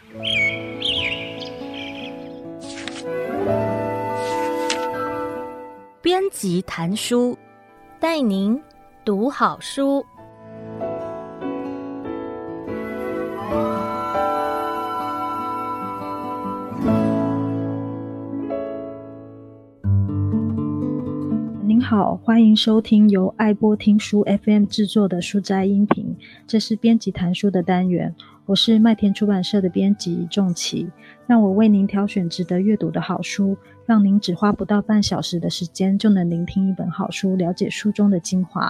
编辑谈书，带您读好书。 您好，欢迎收听由爱播听书 FM 制作的书斋音频，这是编辑谈书的单元，我是麦田出版社的编辑仲琪，让我为您挑选值得阅读的好书，让您只花不到半小时的时间就能聆听一本好书，了解书中的精华。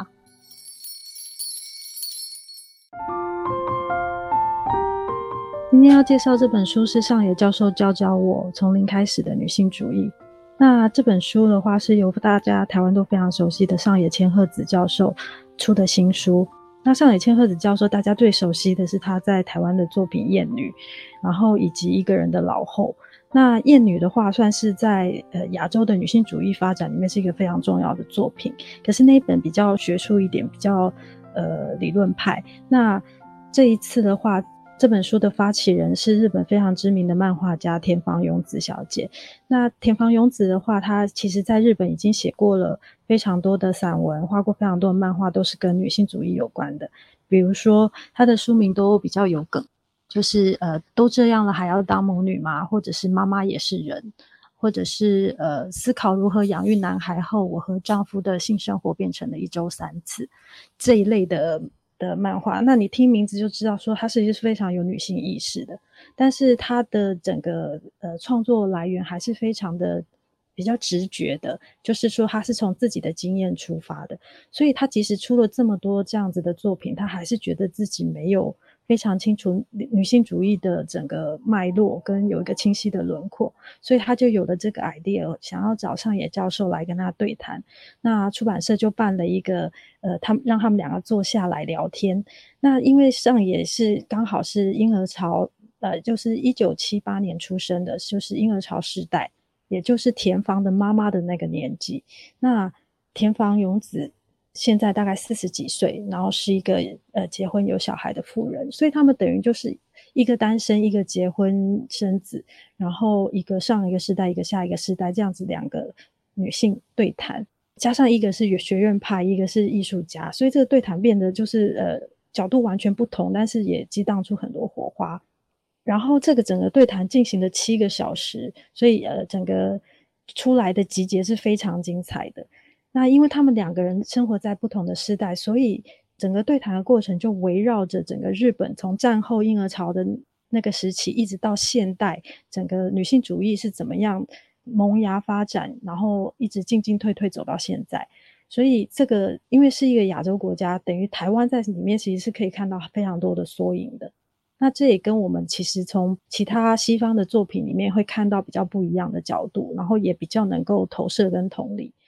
今天要介绍这本书是上野教授教我从零开始的女性主义。那这本书的话是由大家台湾都非常熟悉的上野千鹤子教授出的新书。那上野千鹤子教授大家最熟悉的是他在台湾的作品《厌女》，然后以及《一个人的老后》。那《厌女》的话算是在亚洲的女性主义发展里面是一个非常重要的作品，可是那一本比较学术一点，比较理论派。那这一次的话，这本书的发起人是日本非常知名的漫画家田房勇子小姐。那田房勇子的话，她其实在日本已经写过了非常多的散文，画过非常多的漫画，都是跟女性主义有关的。比如说她的书名都比较有梗，就是都这样了还要当母女吗？或者是妈妈也是人，或者是思考如何养育男孩后，我和丈夫的性生活变成了1周3次这一类的漫画。那你听名字就知道说它是非常有女性意识的，但是它的整个创作来源还是非常的比较直觉的，就是说他是从自己的经验出发的，所以他即使出了这么多这样子的作品，他还是觉得自己没有非常清楚女性主义的整个脉络跟有一个清晰的轮廓，所以他就有了这个 idea， 想要找上野教授来跟他对谈。那出版社就办了一个让他们两个坐下来聊天。那因为上野是刚好是婴儿潮就是1978年出生的，就是婴儿潮时代，也就是田房的妈妈的那个年纪。那田房勇子现在大概40几岁，然后是一个结婚有小孩的妇人，所以他们等于就是一个单身，一个结婚生子，然后一个上一个世代，一个下一个世代，这样子两个女性对谈，加上一个是学院派，一个是艺术家，所以这个对谈变得就是角度完全不同，但是也激荡出很多火花。然后这个整个对谈进行了7个小时，所以整个出来的集结是非常精彩的。那因为他们两个人生活在不同的世代，所以整个对谈的过程就围绕着整个日本从战后婴儿潮的那个时期一直到现代，整个女性主义是怎么样萌芽发展，然后一直进进退退走到现在。所以这个因为是一个亚洲国家，等于台湾在里面其实是可以看到非常多的缩影的。那这也跟我们其实从其他西方的作品里面会看到比较不一样的角度，然后也比较能够投射跟同理。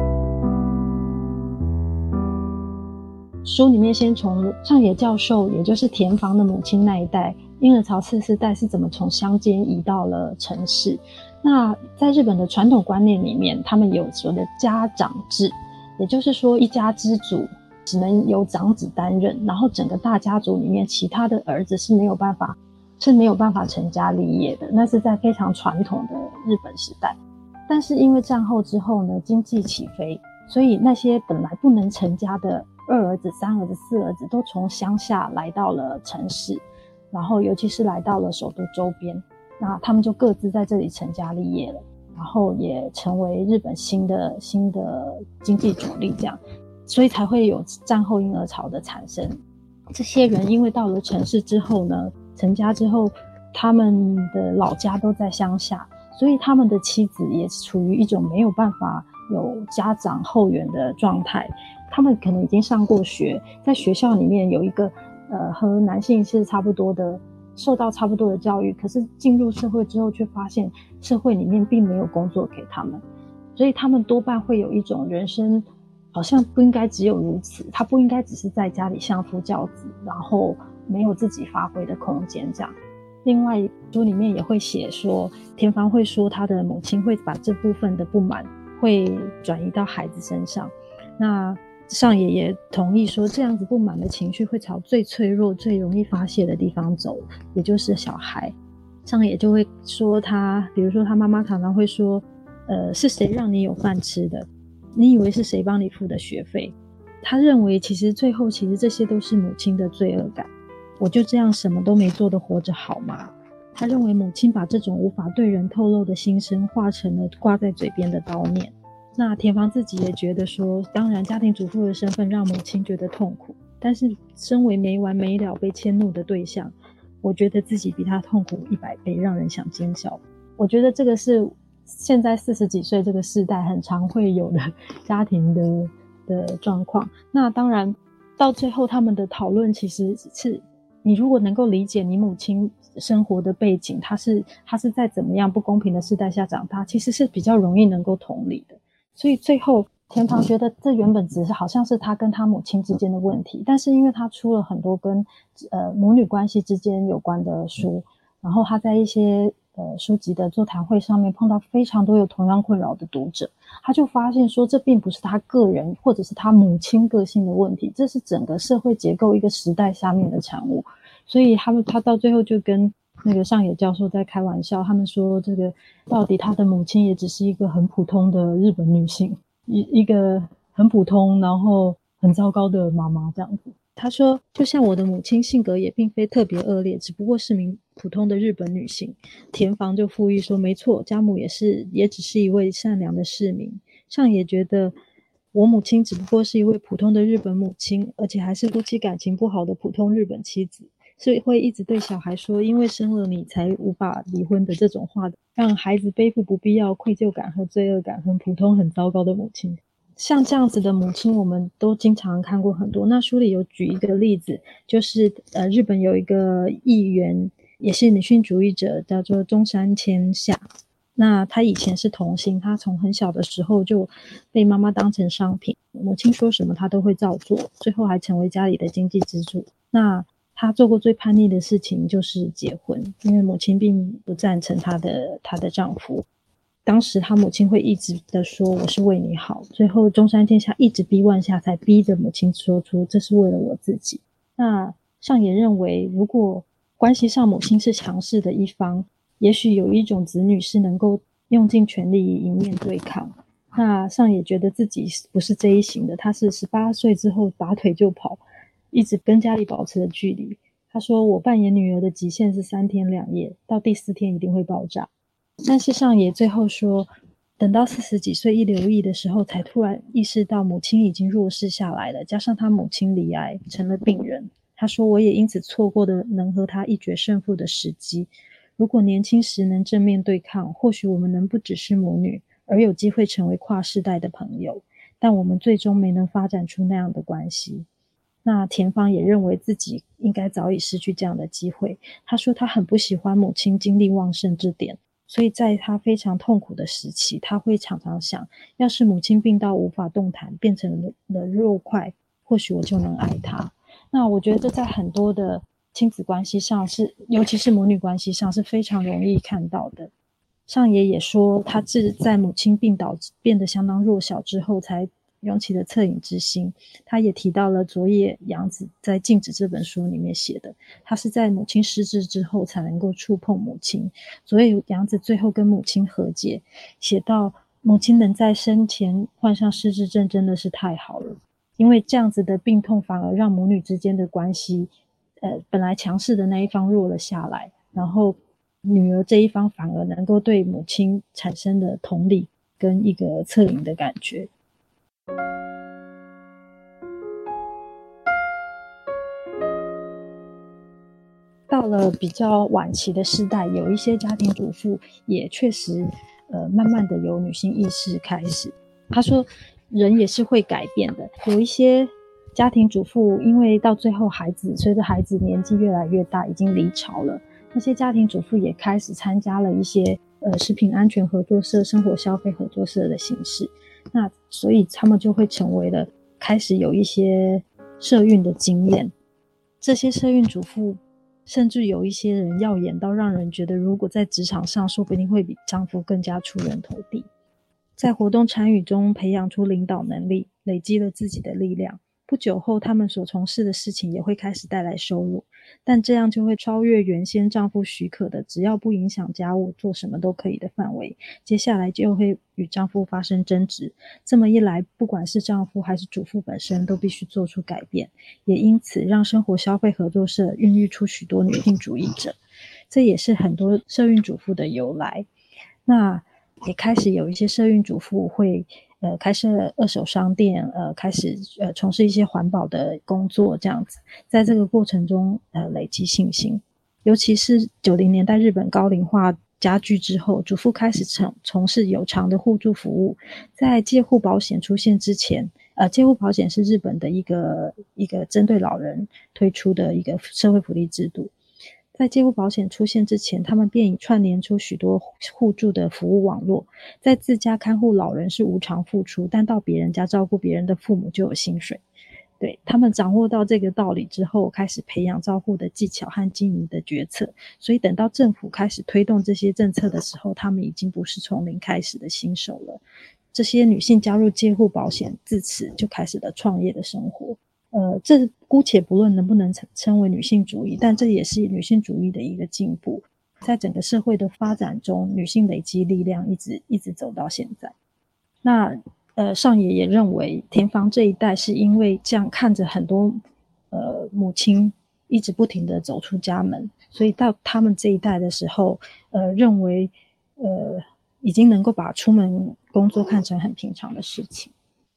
书里面先从上野教授，也就是田房的母亲那一代，婴儿潮4世代是怎么从乡间移到了城市。那在日本的传统观念里面，他们有所谓的家长制，也就是说一家之主只能由长子担任，然后整个大家族里面其他的儿子是没有办法成家立业的，那是在非常传统的日本时代。但是因为战后之后呢，经济起飞，所以那些本来不能成家的2儿子、3儿子、4儿子都从乡下来到了城市，然后尤其是来到了首都周边，那他们就各自在这里成家立业了，然后也成为日本新的经济主力，这样，所以才会有战后婴儿潮的产生。这些人因为到了城市之后呢，成家之后，他们的老家都在乡下，所以他们的妻子也处于一种没有办法有家长后援的状态。他们可能已经上过学，在学校里面有一个和男性是差不多的，受到差不多的教育，可是进入社会之后却发现社会里面并没有工作给他们，所以他们多半会有一种人生好像不应该只有如此，他不应该只是在家里相夫教子，然后没有自己发挥的空间这样。另外书里面也会写说，田房会说他的母亲会把这部分的不满会转移到孩子身上，那上野也同意说，这样子不满的情绪会朝最脆弱最容易发泄的地方走，也就是小孩。 上野就会说比如说他妈妈常常会说是谁让你有饭吃的，你以为是谁帮你付的学费。他认为其实最后这些都是母亲的罪恶感，我就这样什么都没做的活着好吗？他认为母亲把这种无法对人透露的心声化成了挂在嘴边的叨念。那田房自己也觉得说，当然家庭主妇的身份让母亲觉得痛苦，但是身为没完没了被迁怒的对象，我觉得自己比他痛苦100倍，让人想奸笑。我觉得这个是现在40几岁这个世代很常会有的家庭的状况。那当然到最后他们的讨论其实是，你如果能够理解你母亲生活的背景，她是在怎么样不公平的世代下长大，其实是比较容易能够同理的。所以最后田旁觉得这原本只是好像是他跟他母亲之间的问题，但是因为他出了很多跟母女关系之间有关的书，然后他在一些书籍的座谈会上面碰到非常多有同样困扰的读者，他就发现说这并不是他个人或者是他母亲个性的问题，这是整个社会结构一个时代下面的产物。所以他到最后就跟那个上野教授在开玩笑，他们说这个到底他的母亲也只是一个很普通的日本女性，一个很普通然后很糟糕的妈妈这样子。他说就像我的母亲性格也并非特别恶劣，只不过是名普通的日本女性。田房就附议说没错，家母也只是一位善良的市民。上野觉得我母亲只不过是一位普通的日本母亲，而且还是夫妻感情不好的普通日本妻子，是会一直对小孩说因为生了你才无法离婚的这种话的，让孩子背负不必要愧疚感和罪恶感，很普通很糟糕的母亲。像这样子的母亲我们都经常看过很多。那书里有举一个例子，就是日本有一个议员也是女性主义者，叫做中山千夏。那他以前是同性，他从很小的时候就被妈妈当成商品，母亲说什么他都会照做，最后还成为家里的经济支柱。那他做过最叛逆的事情就是结婚，因为母亲并不赞成她的丈夫。当时他母亲会一直的说我是为你好，最后中山天下一直逼问下才逼着母亲说出这是为了我自己。那上野认为如果关系上母亲是强势的一方，也许有一种子女是能够用尽全力迎面对抗。那上野觉得自己不是这一型的，他是18岁之后拔腿就跑，一直跟家里保持了距离。他说我扮演女儿的极限是3天2夜，到第4天一定会爆炸。但是上野最后说等到40几岁一留意的时候，才突然意识到母亲已经弱势下来了，加上他母亲罹癌成了病人。他说我也因此错过的能和他一决胜负的时机，如果年轻时能正面对抗，或许我们能不只是母女，而有机会成为跨世代的朋友，但我们最终没能发展出那样的关系。那田芳也认为自己应该早已失去这样的机会。他说他很不喜欢母亲精力旺盛这点，所以在他非常痛苦的时期，他会常常想，要是母亲病到无法动弹，变成了肉块，或许我就能爱她。那我觉得这在很多的亲子关系上是，尤其是母女关系上是非常容易看到的。上野也说他是在母亲病倒变得相当弱小之后才涌起了恻隐之心。他也提到了佐野洋子在《静止》这本书里面写的，他是在母亲失智之后才能够触碰母亲。佐野洋子最后跟母亲和解，写到母亲能在生前患上失智症真的是太好了，因为这样子的病痛反而让母女之间的关系本来强势的那一方弱了下来，然后女儿这一方反而能够对母亲产生的同理跟一个恻隐的感觉。到了比较晚期的世代，有一些家庭主妇也确实慢慢的有女性意识开始。他说人也是会改变的，有一些家庭主妇因为到最后随着孩子年纪越来越大已经离巢了，那些家庭主妇也开始参加了一些食品安全合作社、生活消费合作社的形式。那所以他们就会成为了开始有一些社运的经验。这些社运主妇甚至有一些人耀眼到让人觉得如果在职场上说不定会比丈夫更加出人头地。在活动参与中培养出领导能力，累积了自己的力量， 不久后他们所从事的事情也会开始带来收入，但这样就会超越原先丈夫许可的只要不影响家务做什么都可以的范围，接下来就会与丈夫发生争执。这么一来，不管是丈夫还是主妇本身都必须做出改变，也因此让生活消费合作社孕育出许多女性主义者，这也是很多社运主妇的由来。那也开始有一些社运主妇会开设二手商店，开始从事一些环保的工作，这样子，在这个过程中累积信心。尤其是90年代日本高龄化加剧之后，主妇开始从事有偿的互助服务。在介护保险出现之前，介护保险是日本的一个针对老人推出的一个社会福利制度。在介护保险出现之前，他们便已串联出许多互助的服务网络。在自家看护老人是无偿付出，但到别人家照顾别人的父母就有薪水。对，他们掌握到这个道理之后，开始培养照护的技巧和经营的决策。所以等到政府开始推动这些政策的时候，他们已经不是从零开始的新手了。这些女性加入介护保险，自此就开始了创业的生活。这姑且不论能不能称为女性主义，但这也是女性主义的一个进步。在整个社会的发展中，女性累积力量一直走到现在。那上野也认为田房这一代是因为这样看着很多母亲一直不停的走出家门，所以到他们这一代的时候认为已经能够把出门工作看成很平常的事情。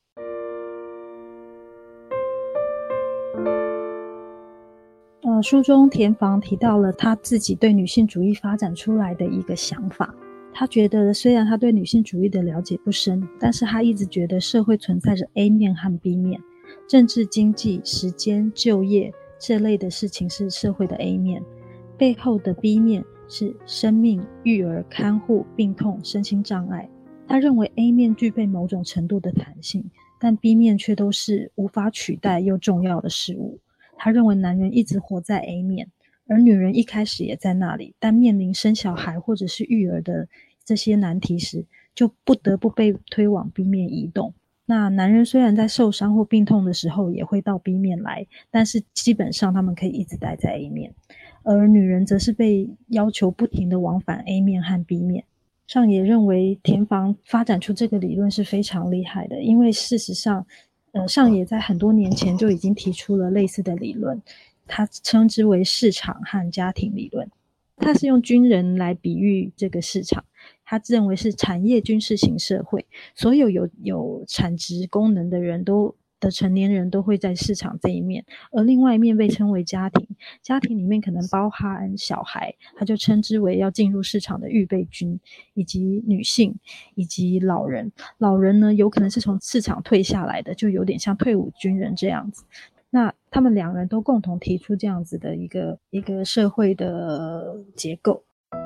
书中田房提到了他自己对女性主义发展出来的一个想法。他觉得虽然他对女性主义的了解不深，但是他一直觉得社会存在着 A 面和 B 面，政治、经济、时间、就业这类的事情是社会的 A 面，背后的 B 面是生命、育儿、看护、病痛、身心障碍。他认为 A 面具备某种程度的弹性，但 B 面却都是无法取代又重要的事物。他认为男人一直活在 A 面，而女人一开始也在那里，但面临生小孩或者是育儿的这些难题时，就不得不被推往 B 面移动。那男人虽然在受伤或病痛的时候也会到 B 面来，但是基本上他们可以一直待在 A 面，而女人则是被要求不停地往返 A 面和 B 面。上野认为田房发展出这个理论是非常厉害的，因为事实上上野在很多年前就已经提出了类似的理论，他称之为市场和家庭理论。他是用军人来比喻这个市场，他认为是产业军事型社会，所有有产值功能的人的成年人都会在市场这一面，而另外一面被称为家庭。家庭里面可能包含小孩，他就称之为要进入市场的预备军，以及女性，以及老人。老人呢，有可能是从市场退下来的，就有点像退伍军人这样子。那他们两人都共同提出这样子的一个社会的结构。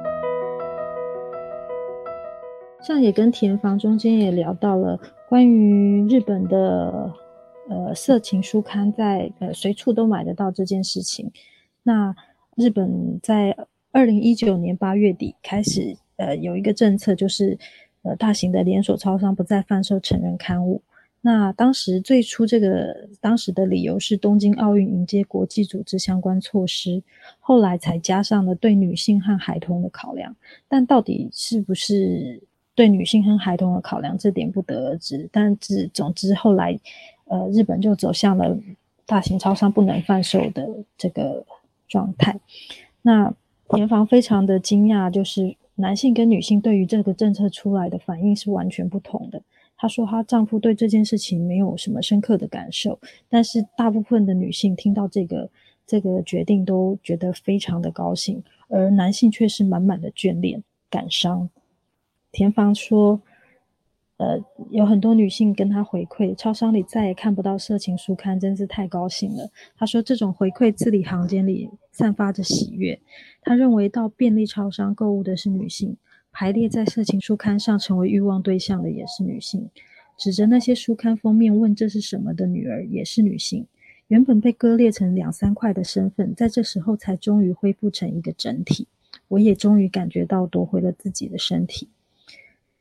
上野跟田房中间也聊到了关于日本的色情书刊在随处都买得到这件事情。那日本在2019年8月底开始有一个政策，就是大型的连锁超商不再贩售成人刊物。那当时最初当时的理由是东京奥运迎接国际组织相关措施，后来才加上了对女性和孩童的考量。但到底是不是对女性和孩童的考量，这点不得而知。但总之后来日本就走向了大型超商不能贩售的这个状态。那田房非常的惊讶，就是男性跟女性对于这个政策出来的反应是完全不同的。她说她丈夫对这件事情没有什么深刻的感受，但是大部分的女性听到这个决定都觉得非常的高兴，而男性却是满满的眷恋感伤。田房说有很多女性跟她回馈，超商里再也看不到色情书刊，真是太高兴了。她说这种回馈字里行间里散发着喜悦。她认为到便利超商购物的是女性，排列在色情书刊上成为欲望对象的也是女性，指着那些书刊封面问这是什么的女儿也是女性。原本被割裂成2-3块的身份，在这时候才终于恢复成一个整体。我也终于感觉到夺回了自己的身体。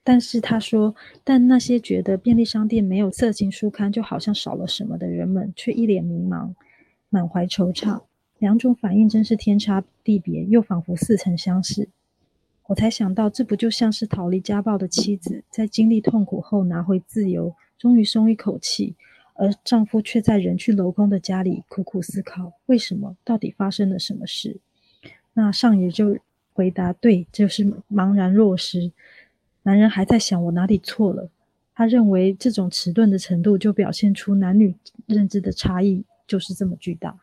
但是他说，但那些觉得便利商店没有色情书刊就好像少了什么的人们，却一脸迷茫，满怀惆怅。两种反应真是天差地别，又仿佛似曾相识。我才想到，这不就像是逃离家暴的妻子，在经历痛苦后拿回自由，终于松一口气，而丈夫却在人去楼空的家里苦苦思考，为什么？到底发生了什么事？那上野就回答，对，就是茫然若失。男人还在想我哪里错了。他认为这种迟钝的程度就表现出男女认知的差异就是这么巨大。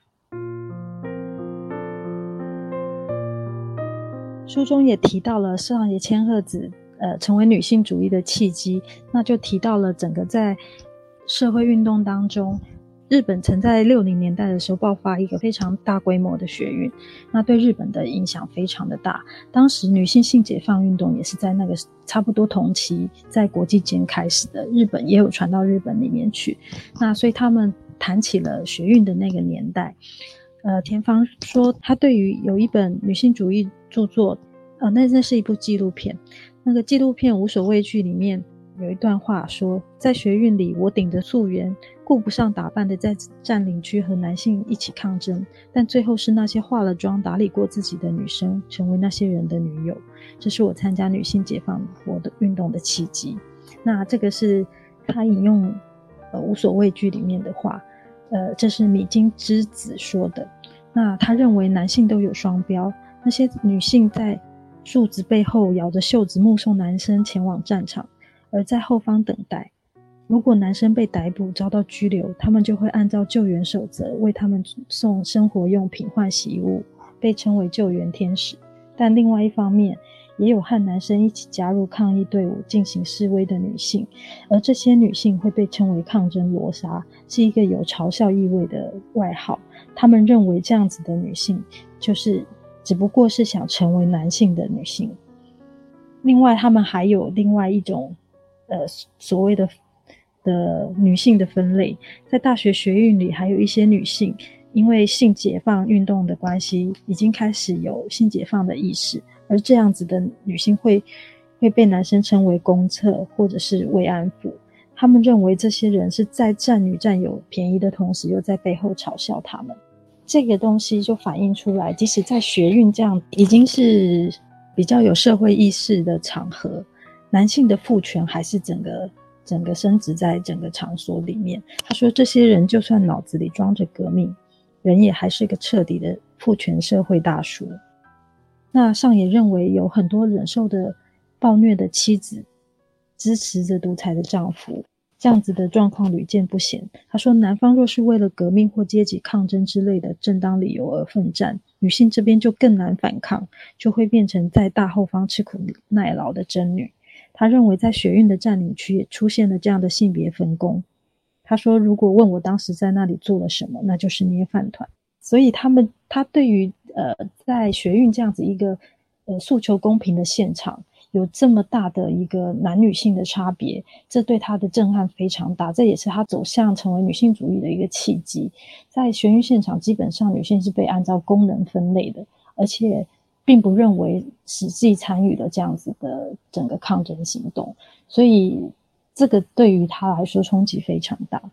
书中也提到了上野千鹤子成为女性主义的契机，那就提到了整个在社会运动当中，日本曾在60年代的时候爆发一个非常大规模的学运，那对日本的影响非常的大。当时女性性解放运动也是在那个差不多同期在国际间开始的，日本也有传到日本里面去。那所以他们谈起了学运的那个年代。田芳说他对于有一本女性主义著作，那是一部纪录片，那个纪录片无所畏惧里面有一段话说，在学运里我顶着素颜顾不上打扮的在占领区和男性一起抗争，但最后是那些化了妆打理过自己的女生成为那些人的女友，这是我参加女性解放活动运动的契机。那这个是他引用无所畏惧里面的话，这是米津之子说的。那他认为男性都有双标，那些女性在柱子背后咬着袖子目送男生前往战场，而在后方等待。如果男生被逮捕遭到拘留，他们就会按照救援守则为他们送生活用品换洗衣物，被称为救援天使。但另外一方面，也有和男生一起加入抗议队伍进行示威的女性，而这些女性会被称为抗争罗莎，是一个有嘲笑意味的外号。他们认为这样子的女性只不过是想成为男性的女性。另外他们还有另外一种所谓的女性的分类，在大学学运里还有一些女性因为性解放运动的关系已经开始有性解放的意识，而这样子的女性会被男生称为公厕或者是慰安妇。他们认为这些人是在占女占有便宜的同时又在背后嘲笑他们。这个东西就反映出来，即使在学运这样已经是比较有社会意识的场合，男性的父权还是整个升值在整个场所里面。他说这些人就算脑子里装着革命，人也还是个彻底的父权社会大叔。那上野认为有很多忍受的暴虐的妻子支持着独裁的丈夫，这样子的状况屡见不鲜。他说男方若是为了革命或阶级抗争之类的正当理由而奋战，女性这边就更难反抗，就会变成在大后方吃苦耐劳的真女。他认为在学运的占领区也出现了这样的性别分工。他说如果问我当时在那里做了什么，那就是捏饭团。所以他对于在学运这样子一个诉求公平的现场有这么大的一个男女性的差别，这对他的震撼非常大，这也是他走向成为女性主义的一个契机。在学运现场基本上女性是被按照功能分类的，而且并不认为实际参与了这样子的整个抗争行动，所以这个对于他来说冲击非常大。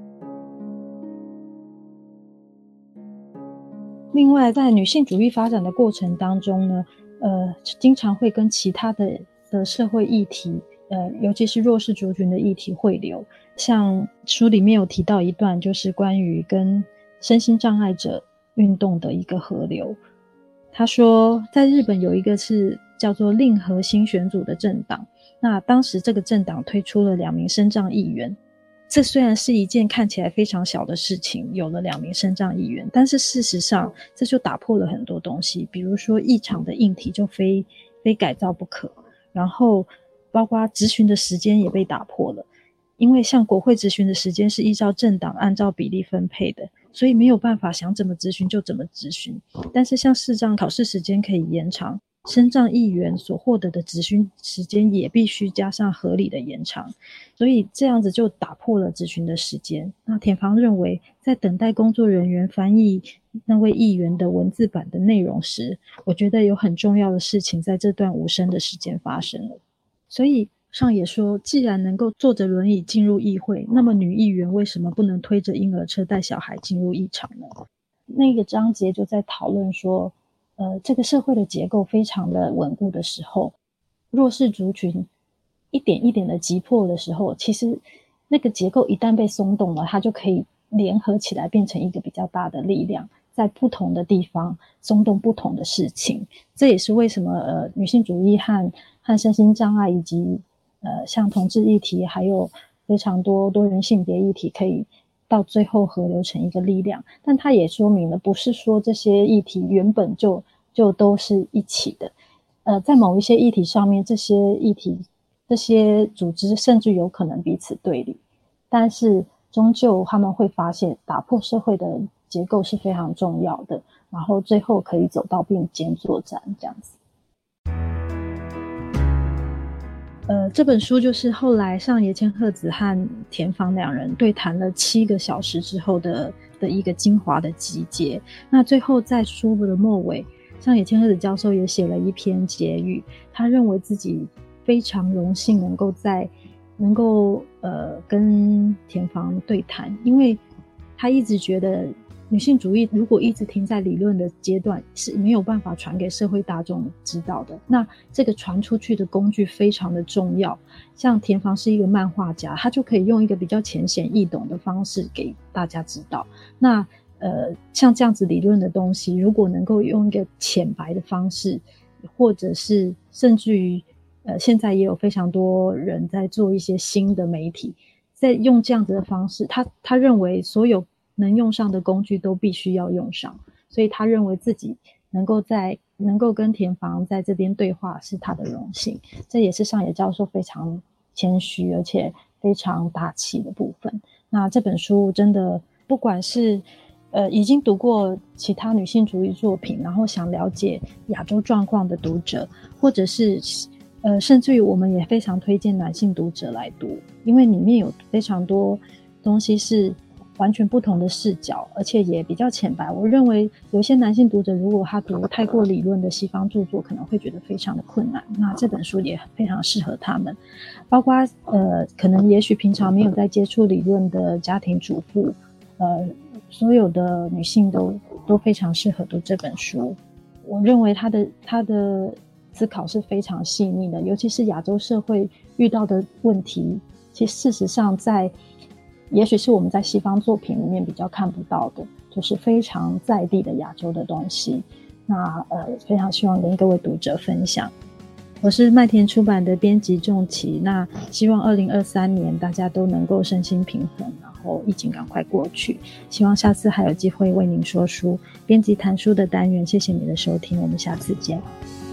另外在女性主义发展的过程当中呢，经常会跟其他的社会议题，尤其是弱势族群的议题汇流。像书里面有提到一段，就是关于跟身心障碍者运动的一个河流。他说在日本有一个是叫做令和新选组的政党，那当时这个政党推出了2名身障议员。这虽然是一件看起来非常小的事情，有了2名身障议员，但是事实上这就打破了很多东西，比如说议场的硬体就非改造不可，然后包括质询的时间也被打破了，因为像国会质询的时间是依照政党按照比例分配的，所以没有办法想怎么质询就怎么质询。但是像视障考试时间可以延长，身障议员所获得的质询时间也必须加上合理的延长，所以这样子就打破了质询的时间。那田芳认为在等待工作人员翻译那位议员的文字版的内容时，我觉得有很重要的事情在这段无声的时间发生了。所以上野说，既然能够坐着轮椅进入议会，那么女议员为什么不能推着婴儿车带小孩进入议场呢？那个章节就在讨论说，这个社会的结构非常的稳固的时候，弱势族群一点一点的击破的时候，其实那个结构一旦被松动了，它就可以联合起来变成一个比较大的力量，在不同的地方松动不同的事情。这也是为什么女性主义和身心障碍以及像同志议题还有非常多元性别议题可以到最后合流成一个力量。但它也说明了不是说这些议题原本就都是一起的，在某一些议题上面，这些议题这些组织甚至有可能彼此对立，但是终究他们会发现打破社会的结构是非常重要的，然后最后可以走到并肩作战这样子。这本书就是后来上野千鹤子和田芳两人对谈了7个小时之后的一个精华的集结。那最后在书的末尾，上野千鹤子教授也写了一篇结语，他认为自己非常荣幸能够跟田芳对谈，因为他一直觉得女性主义如果一直停在理论的阶段是没有办法传给社会大众知道的，那这个传出去的工具非常的重要。像田芳是一个漫画家，他就可以用一个比较浅显易懂的方式给大家知道。那像这样子理论的东西，如果能够用一个浅白的方式，或者是甚至于现在也有非常多人在做一些新的媒体，在用这样子的方式，他认为所有能用上的工具都必须要用上，所以他认为自己能够跟田芳在这边对话是他的荣幸。这也是上野教授非常谦虚而且非常大气的部分。那这本书真的不管是已经读过其他女性主义作品，然后想了解亚洲状况的读者，或者是甚至于我们也非常推荐男性读者来读，因为里面有非常多东西是完全不同的视角，而且也比较浅白。我认为有些男性读者如果他读太过理论的西方著作，可能会觉得非常的困难，那这本书也非常适合他们。包括可能也许平常没有在接触理论的家庭主妇，所有的女性都非常适合读这本书。我认为他的思考是非常细腻的，尤其是亚洲社会遇到的问题，其实事实上也许是我们在西方作品里面比较看不到的，就是非常在地的亚洲的东西。那非常希望跟各位读者分享。我是麦田出版的编辑仲琪，那希望2023年大家都能够身心平衡，然后疫情赶快过去。希望下次还有机会为您说书，编辑谈书的单元。谢谢你的收听，我们下次见。